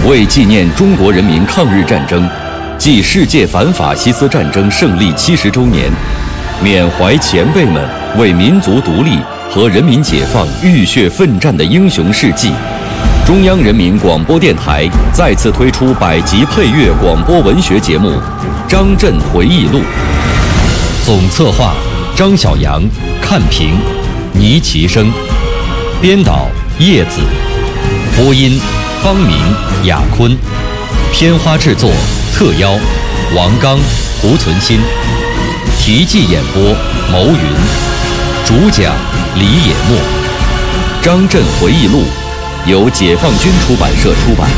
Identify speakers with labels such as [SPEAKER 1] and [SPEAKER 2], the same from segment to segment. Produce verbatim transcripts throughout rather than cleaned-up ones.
[SPEAKER 1] 为纪念中国人民抗日战争暨世界反法西斯战争胜利七十周年，缅怀前辈们为民族独立和人民解放浴血奋战的英雄事迹，中央人民广播电台再次推出百集配乐广播文学节目《张震回忆录》，总策划张晓阳、看评倪其生，编导叶子，播音方明、雅坤，片花制作特邀王刚、胡存新，题记演播牟云，主讲李野墨，《张震回忆录》由解放军出版社出版。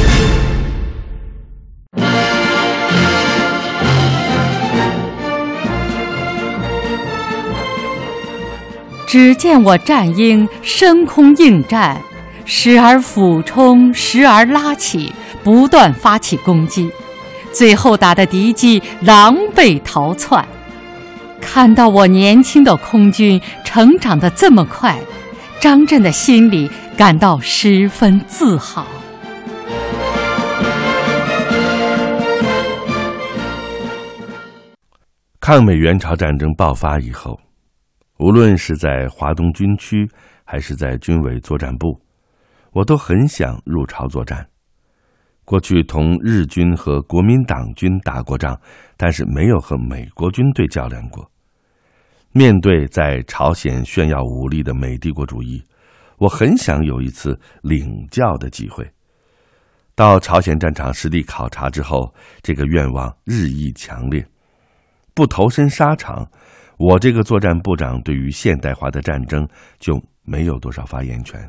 [SPEAKER 2] 只见我战鹰升空应战，时而俯冲，时而拉起，不断发起攻击，最后打得敌机狼狈逃窜。看到我年轻的空军成长得这么快，张震的心里感到十分自豪。
[SPEAKER 3] 抗美援朝战争爆发以后，无论是在华东军区还是在军委作战部，我都很想入朝作战。过去同日军和国民党军打过仗，但是没有和美国军队较量过。面对在朝鲜炫耀武力的美帝国主义，我很想有一次领教的机会。到朝鲜战场实地考察之后，这个愿望日益强烈。不投身沙场，我这个作战部长对于现代化的战争就没有多少发言权。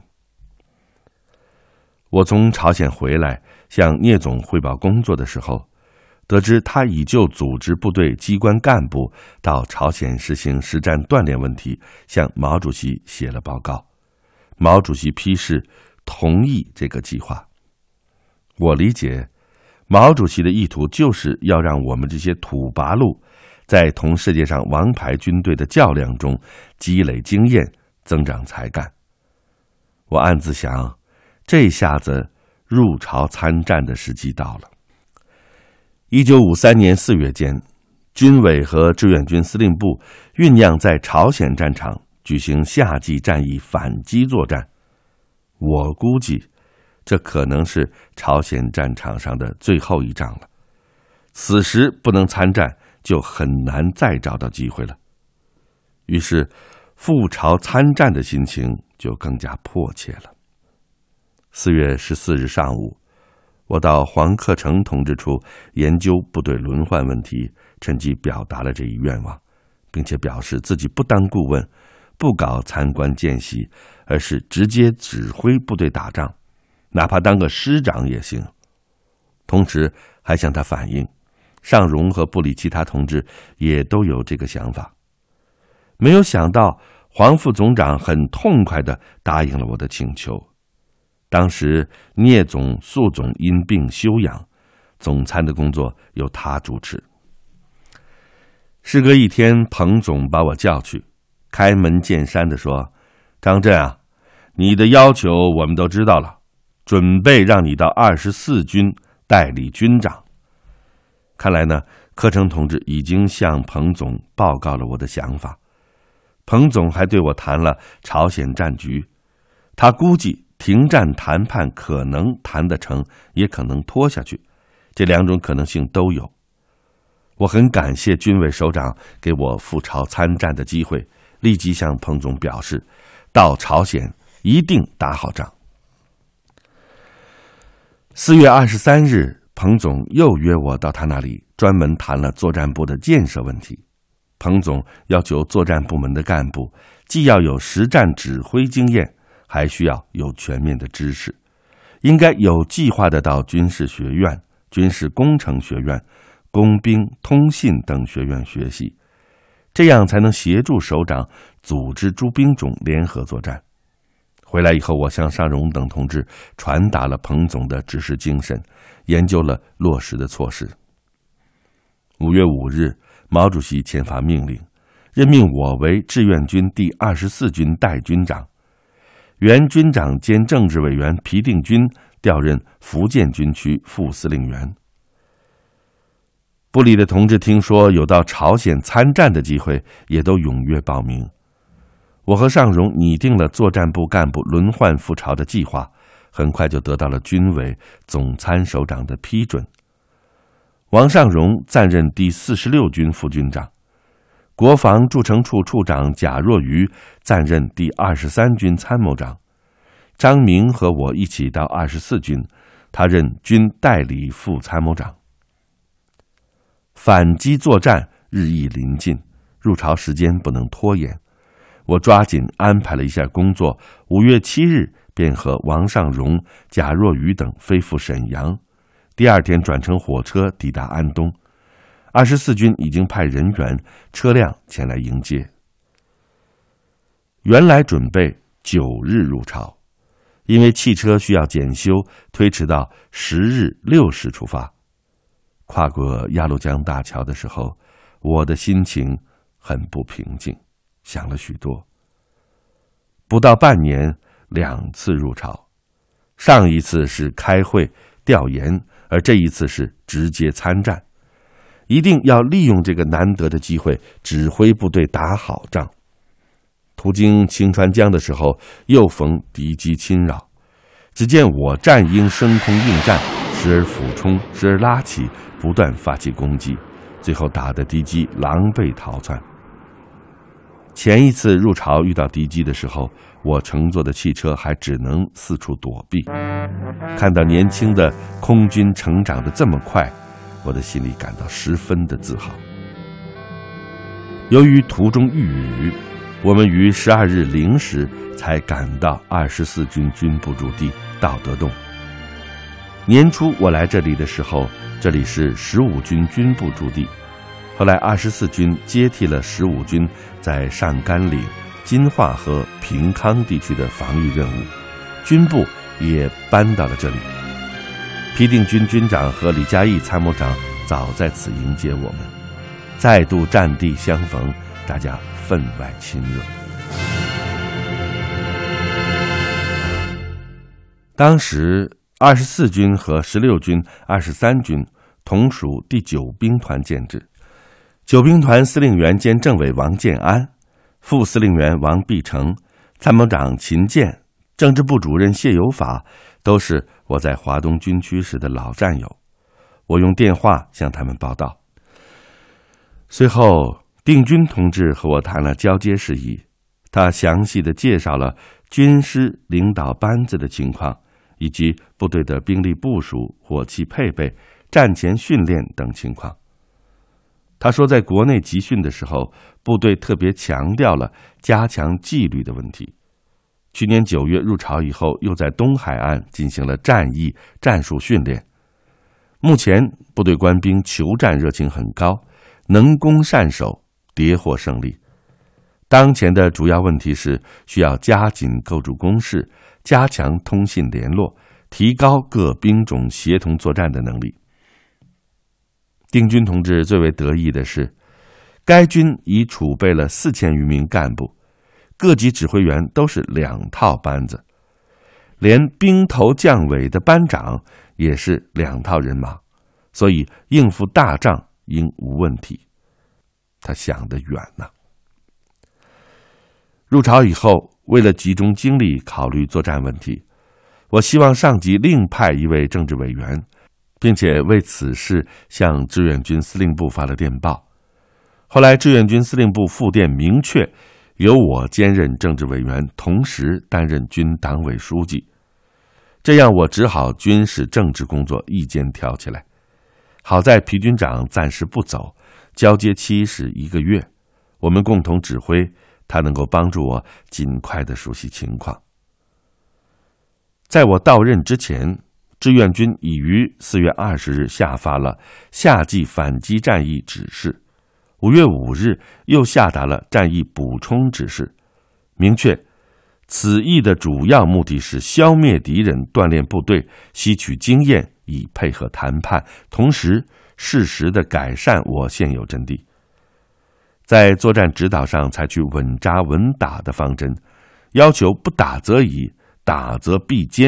[SPEAKER 3] 我从朝鲜回来向聂总汇报工作的时候，得知他已就组织部队机关干部到朝鲜实行实战锻炼问题向毛主席写了报告，毛主席批示同意这个计划。我理解毛主席的意图就是要让我们这些土八路在同世界上王牌军队的较量中积累经验，增长才干。我暗自想，这下子入朝参战的时机到了。一九五三年四月间，军委和志愿军司令部酝酿在朝鲜战场举行夏季战役反击作战。我估计，这可能是朝鲜战场上的最后一仗了。此时不能参战，就很难再找到机会了。于是赴朝参战的心情就更加迫切了。四月十四日上午，我到黄克诚同志处研究部队轮换问题，趁机表达了这一愿望，并且表示自己不当顾问，不搞参观见习，而是直接指挥部队打仗，哪怕当个师长也行。同时还向他反映，尚荣和部里其他同志也都有这个想法。没有想到黄副总长很痛快地答应了我的请求。当时聂总、粟总因病休养，总参的工作由他主持。时隔一天，彭总把我叫去，开门见山地说：“张震啊，你的要求我们都知道了，准备让你到二十四军代理军长。”看来呢，克诚同志已经向彭总报告了我的想法。彭总还对我谈了朝鲜战局，他估计停战谈判可能谈得成，也可能拖下去，这两种可能性都有。我很感谢军委首长给我赴朝参战的机会，立即向彭总表示，到朝鲜一定打好仗。四月二十三日，彭总又约我到他那里，专门谈了作战部的建设问题。彭总要求作战部门的干部既要有实战指挥经验，还需要有全面的知识，应该有计划的到军事学院、军事工程学院、工兵、通信等学院学习，这样才能协助首长组织诸兵种联合作战。回来以后，我向尚荣等同志传达了彭总的指示精神，研究了落实的措施。五月五日，毛主席签发命令，任命我为志愿军第二十四军代军长，原军长兼政治委员皮定均调任福建军区副司令员。部里的同志听说有到朝鲜参战的机会，也都踊跃报名。我和尚荣拟定了作战部干部轮换赴朝的计划，很快就得到了军委总参首长的批准。王尚荣暂任第四十六军副军长，国防驻城处处长贾若愚暂任第二十三军参谋长，张明和我一起到二十四军，他任军代理副参谋长。反击作战日益临近，入朝时间不能拖延，我抓紧安排了一下工作，五月七日便和王尚荣、贾若愚等飞赴沈阳，第二天转乘火车抵达安东。二十四军已经派人员、车辆前来迎接。原来准备九日入朝，因为汽车需要检修，推迟到十日六时出发。跨过鸭绿江大桥的时候，我的心情很不平静，想了许多。不到半年，两次入朝，上一次是开会调研，而这一次是直接参战。一定要利用这个难得的机会，指挥部队打好仗。途经清川江的时候，又逢敌机侵扰，只见我战鹰升空应战，时而俯冲，时而拉起，不断发起攻击，最后打得敌机狼狈逃窜。前一次入朝遇到敌机的时候，我乘坐的汽车还只能四处躲避。看到年轻的空军成长得这么快，我的心里感到十分的自豪。由于途中遇雨，我们于十二日零时才赶到二十四军军部驻地道德洞。年初我来这里的时候，这里是十五军军部驻地，后来二十四军接替了十五军在上甘岭、金华和平康地区的防御任务，军部也搬到了这里。批定军军长和李嘉义参谋长早在此迎接我们，再度战地相逢，大家分外亲热。当时二十四军和十六军、二十三军同属第九兵团建制，九兵团司令员兼政委王建安，副司令员王必成，参谋长秦建，政治部主任谢有法，都是我在华东军区时的老战友。我用电话向他们报道。随后定军同志和我谈了交接事宜，他详细地介绍了军师领导班子的情况，以及部队的兵力部署、火器配备、战前训练等情况。他说，在国内集训的时候，部队特别强调了加强纪律的问题。去年九月入朝以后，又在东海岸进行了战役、战术训练。目前部队官兵求战热情很高，能攻善守，迭获胜利。当前的主要问题是需要加紧构筑工事，加强通信联络，提高各兵种协同作战的能力。定军同志最为得意的是，该军已储备了四千余名干部，各级指挥员都是两套班子，连兵头将尾的班长也是两套人马，所以应付大仗应无问题。他想得远呐。入朝以后，为了集中精力考虑作战问题，我希望上级另派一位政治委员，并且为此事向志愿军司令部发了电报。后来志愿军司令部复电明确，由我兼任政治委员，同时担任军党委书记。这样我只好军事政治工作一肩挑起来。好在皮军长暂时不走，交接期是一个月，我们共同指挥，他能够帮助我尽快地熟悉情况。在我到任之前，志愿军已于四月二十日下发了夏季反击战役指示，五月五日又下达了战役补充指示，明确此役的主要目的是消灭敌人，锻炼部队，吸取经验，以配合谈判，同时适时地改善我现有阵地。在作战指导上采取稳扎稳打的方针，要求不打则已，打则必坚，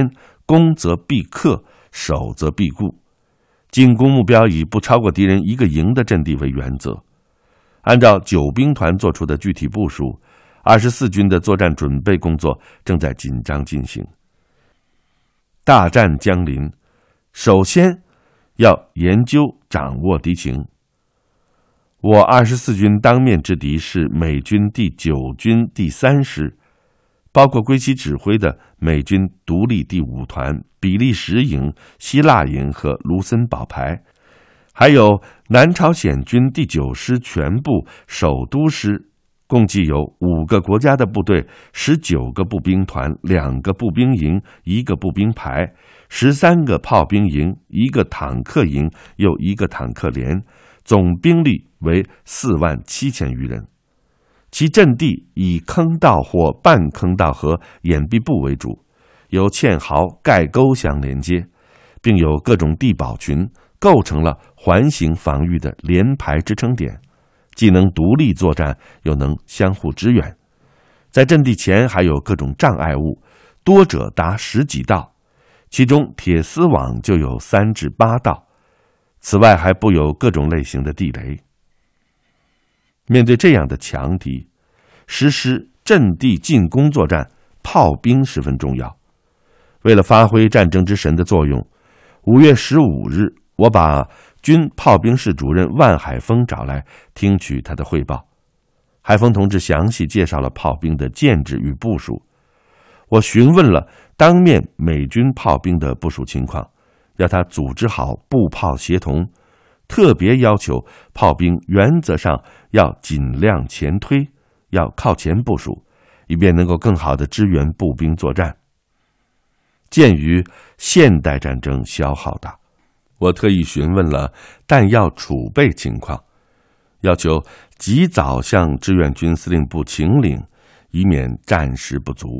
[SPEAKER 3] 攻则必克，守则必固。进攻目标以不超过敌人一个营的阵地为原则。按照九兵团作出的具体部署，二十四军的作战准备工作正在紧张进行。大战将临，首先要研究掌握敌情。我二十四军当面之敌是美军第九军第三师，包括归其指挥的美军独立第五团、比利时营、希腊营和卢森堡排，还有南朝鲜军第九师全部首都师，共计有五个国家的部队，十九个步兵团，两个步兵营，一个步兵排，十三个炮兵营，一个坦克营，又一个坦克连，总兵力为四万七千余人。其阵地以坑道或半坑道和掩蔽部为主，由堑壕、盖沟相连接，并有各种地堡群，构成了环形防御的连排支撑点，既能独立作战，又能相互支援。在阵地前还有各种障碍物，多者达十几道，其中铁丝网就有三至八道。此外还布有各种类型的地雷。面对这样的强敌，实施阵地进攻作战，炮兵十分重要。为了发挥战争之神的作用，五月十五日，我把军炮兵室主任万海峰找来，听取他的汇报。海峰同志详细介绍了炮兵的建制与部署。我询问了当面美军炮兵的部署情况，要他组织好步炮协同，特别要求炮兵原则上要尽量前推，要靠前部署，以便能够更好地支援步兵作战。鉴于现代战争消耗大，我特意询问了弹药储备情况，要求及早向志愿军司令部请领，以免战时不足。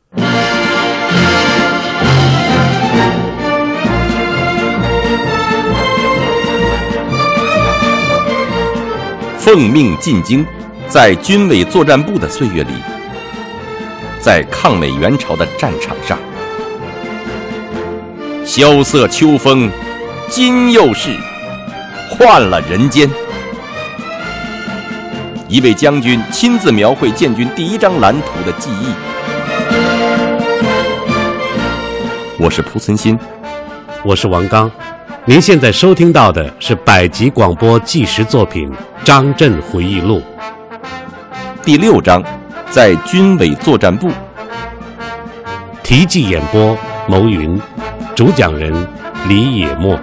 [SPEAKER 1] 奉命进京，在军委作战部的岁月里，在抗美援朝的战场上，萧瑟秋风，今又是换了人间。一位将军亲自描绘建军第一张蓝图的记忆。我是蒲存昕，
[SPEAKER 4] 我是王刚。您现在收听到的是百集广播纪实作品《张震回忆录》
[SPEAKER 1] 第六章，在军委作战部。
[SPEAKER 4] 题记演播牟云，主讲人李野墨。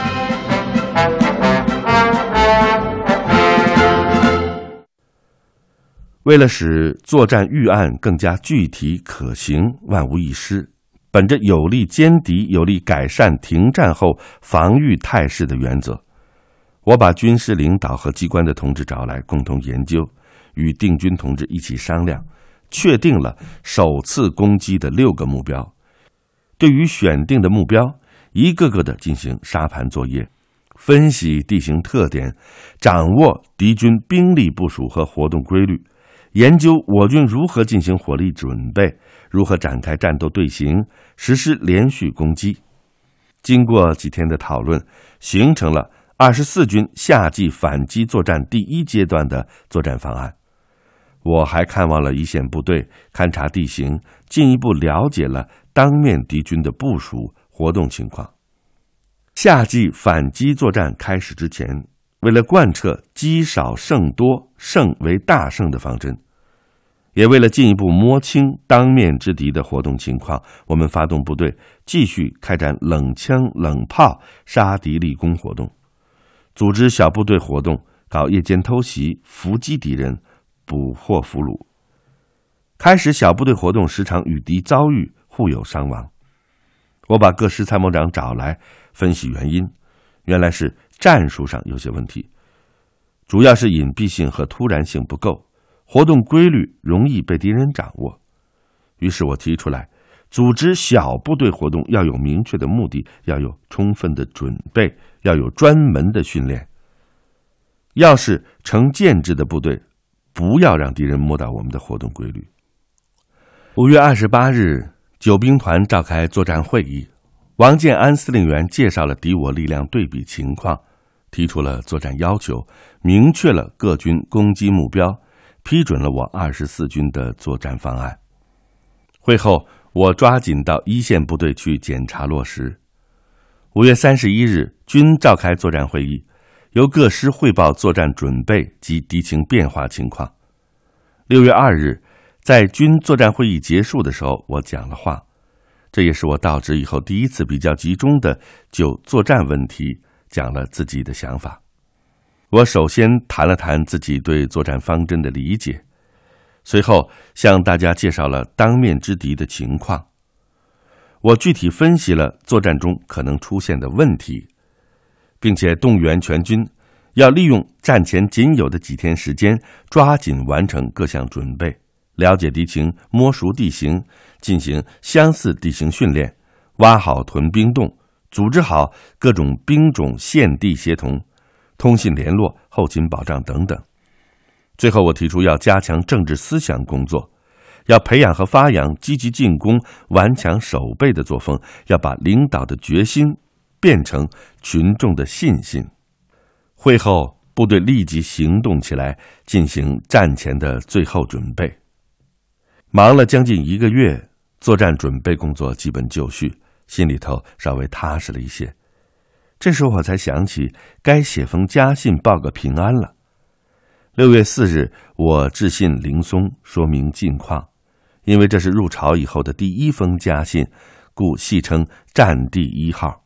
[SPEAKER 3] 为了使作战预案更加具体可行，万无一失，本着有力歼敌、有力改善停战后防御态势的原则，我把军事领导和机关的同志找来，共同研究，与定军同志一起商量，确定了首次攻击的六个目标。对于选定的目标，一个个的进行沙盘作业，分析地形特点，掌握敌军兵力部署和活动规律，研究我军如何进行火力准备，如何展开战斗队形，实施连续攻击。经过几天的讨论，形成了二十四军夏季反击作战第一阶段的作战方案。我还看望了一线部队，勘察地形，进一步了解了当面敌军的部署活动情况。夏季反击作战开始之前，为了贯彻积少胜多、胜为大胜的方针，也为了进一步摸清当面之敌的活动情况，我们发动部队继续开展冷枪冷炮杀敌立功活动，组织小部队活动，搞夜间偷袭，伏击敌人，捕获俘虏。开始小部队活动，时常与敌遭遇，互有伤亡。我把各师参谋长找来分析原因，原来是战术上有些问题，主要是隐蔽性和突然性不够，活动规律容易被敌人掌握。于是我提出来，组织小部队活动要有明确的目的，要有充分的准备，要有专门的训练。要是成建制的部队，不要让敌人摸到我们的活动规律。五月二十八日， 九兵团召开作战会议，王建安司令员介绍了敌我力量对比情况，提出了作战要求，明确了各军攻击目标，批准了我二十四军的作战方案。会后，我抓紧到一线部队去检查落实。五月三十一日，军召开作战会议，由各师汇报作战准备及敌情变化情况。六月二日，在军作战会议结束的时候，我讲了话，这也是我到职以后第一次比较集中的就作战问题讲了自己的想法。我首先谈了谈自己对作战方针的理解，随后向大家介绍了当面之敌的情况。我具体分析了作战中可能出现的问题，并且动员全军要利用战前仅有的几天时间，抓紧完成各项准备，了解敌情，摸熟地形，进行相似地形训练，挖好屯兵洞，组织好各种兵种现地协同、通信联络、后勤保障等等。最后我提出要加强政治思想工作，要培养和发扬积极进攻、顽强守备的作风，要把领导的决心变成群众的信心。会后，部队立即行动起来，进行战前的最后准备。忙了将近一个月，作战准备工作基本就绪，心里头稍微踏实了一些。这时候我才想起该写封家信报个平安了。六月四日，我致信林松，说明近况。因为这是入朝以后的第一封家信，故戏称战第一号。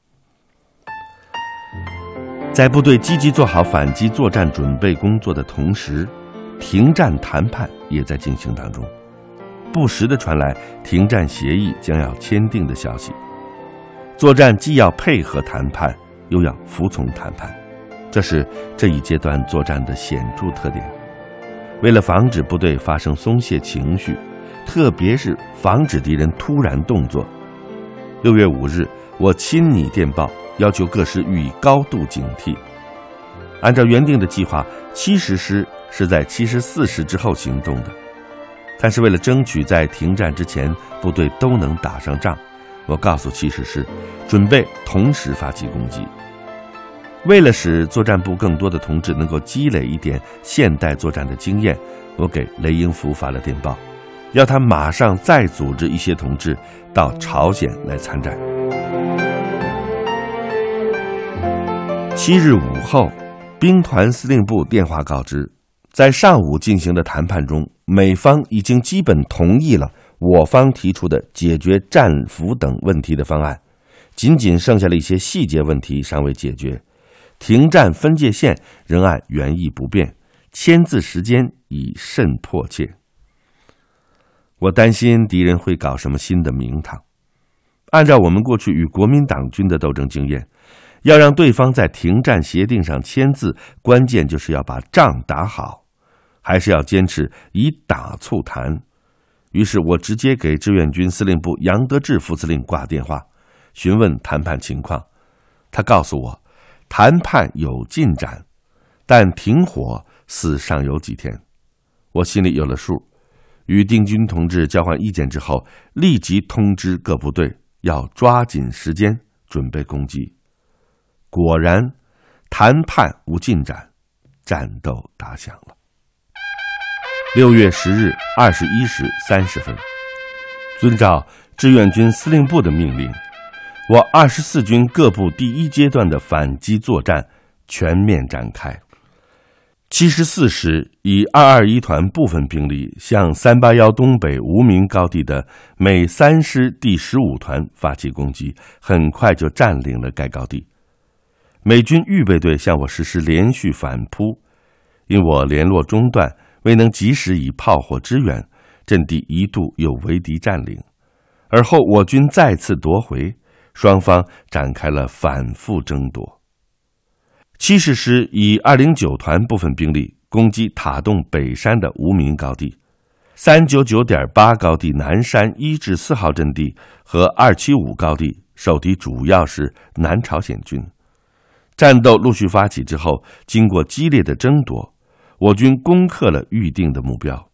[SPEAKER 3] 在部队积极做好反击作战准备工作的同时，停战谈判也在进行当中。不时地传来停战协议将要签订的消息。作战既要配合谈判，又要服从谈判，这是这一阶段作战的显著特点。为了防止部队发生松懈情绪，特别是防止敌人突然动作，六月五日，我亲拟电报，要求各师予以高度警惕。按照原定的计划，七十师是在七十四师之后行动的，但是为了争取在停战之前部队都能打上仗，我告诉七十师准备同时发起攻击。为了使作战部更多的同志能够积累一点现代作战的经验，我给雷英福发了电报，要他马上再组织一些同志到朝鲜来参战。七日午后，兵团司令部电话告知，在上午进行的谈判中，美方已经基本同意了我方提出的解决战俘等问题的方案，仅仅剩下了一些细节问题尚未解决，停战分界线仍按原意不变，签字时间已甚迫切。我担心敌人会搞什么新的名堂。按照我们过去与国民党军的斗争经验，要让对方在停战协定上签字，关键就是要把仗打好，还是要坚持以打促谈。于是我直接给志愿军司令部杨得志副司令挂电话，询问谈判情况。他告诉我，谈判有进展，但停火似尚有几天。我心里有了数，与定军同志交换意见之后，立即通知各部队要抓紧时间准备攻击。果然，谈判无进展，战斗打响了。六月十日二十一时三十分，遵照志愿军司令部的命令，我二十四军各部第一阶段的反击作战全面展开。七十四师以二二一团部分兵力向三八一东北无名高地的美三师第十五团发起攻击，很快就占领了该高地。美军预备队向我实施连续反扑，因我联络中断，未能及时以炮火支援，阵地一度又为敌占领。而后我军再次夺回，双方展开了反复争夺。七十师以二零九团部分兵力攻击塔洞北山的无名高地，三九九点八高地南山一至四号阵地和二七五高地受敌主要是南朝鲜军。战斗陆续发起之后，经过激烈的争夺，我军攻克了预定的目标。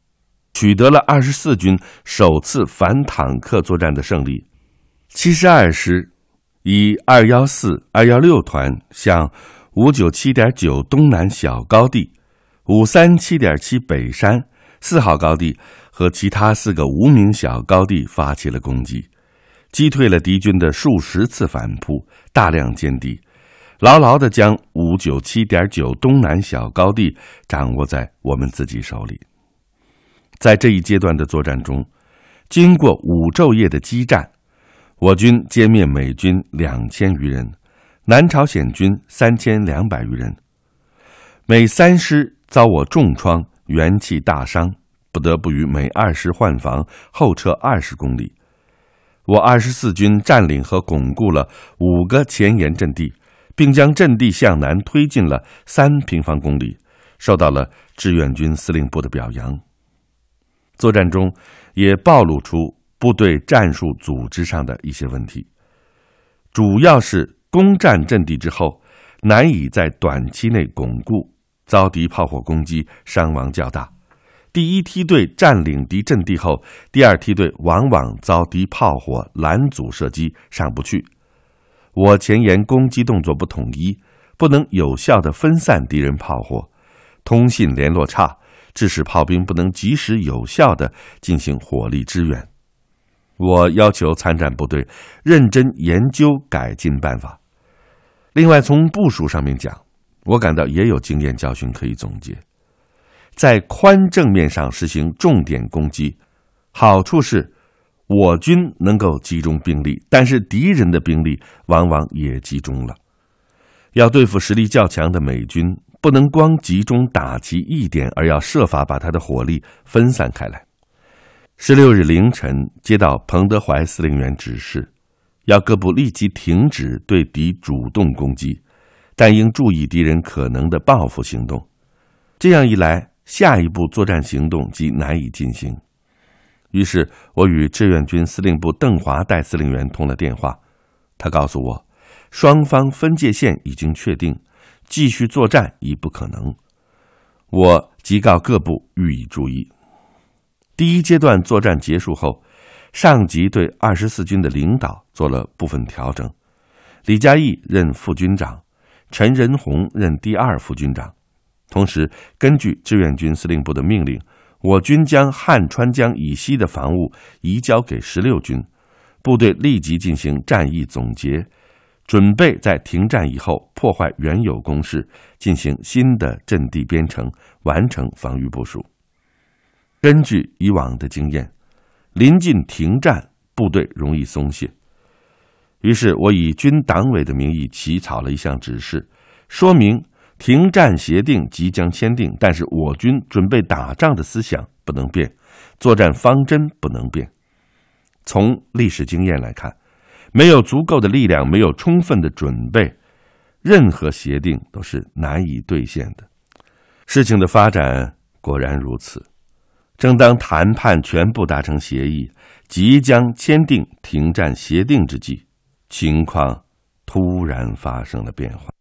[SPEAKER 3] 取得了二十四军首次反坦克作战的胜利。七十二师以二一四、二一六团向五九七点九东南小高地、五三七点七北山、四号高地和其他四个无名小高地发起了攻击，击退了敌军的数十次反扑，大量歼敌，牢牢地将五九七点九东南小高地掌握在我们自己手里。在这一阶段的作战中，经过五昼夜的激战，我军歼灭美军两千余人，南朝鲜军三千两百余人。美三师遭我重创，元气大伤，不得不与美二师换防，后撤二十公里。我二十四军占领和巩固了五个前沿阵地，并将阵地向南推进了三平方公里，受到了志愿军司令部的表扬。作战中也暴露出部队战术组织上的一些问题，主要是攻占阵地之后难以在短期内巩固，遭敌炮火攻击，伤亡较大。第一梯队占领敌阵地后，第二梯队往往遭敌炮火拦阻射击，上不去。我前沿攻击动作不统一，不能有效地分散敌人炮火，通信联络差，致使炮兵不能及时有效地进行火力支援。我要求参战部队认真研究改进办法。另外，从部署上面讲，我感到也有经验教训可以总结。在宽正面上实行重点攻击，好处是我军能够集中兵力，但是敌人的兵力往往也集中了。要对付实力较强的美军，不能光集中打其一点，而要设法把他的火力分散开来。十六日凌晨接到彭德怀司令员指示，要各部立即停止对敌主动攻击，但应注意敌人可能的报复行动。这样一来，下一步作战行动即难以进行。于是我与志愿军司令部邓华代司令员通了电话，他告诉我，双方分界线已经确定，继续作战已不可能。我即告各部予以注意。第一阶段作战结束后，上级对二十四军的领导做了部分调整，李嘉义任副军长，陈仁宏任第二副军长。同时，根据志愿军司令部的命令，我军将汉川江以西的防务移交给十六军，部队立即进行战役总结，准备在停战以后破坏原有工事，进行新的阵地编程，完成防御部署。根据以往的经验，临近停战，部队容易松懈。于是我以军党委的名义起草了一项指示，说明停战协定即将签订，但是我军准备打仗的思想不能变，作战方针不能变。从历史经验来看，没有足够的力量，没有充分的准备，任何协定都是难以兑现的。事情的发展果然如此。正当谈判全部达成协议，即将签订停战协定之际，情况突然发生了变化。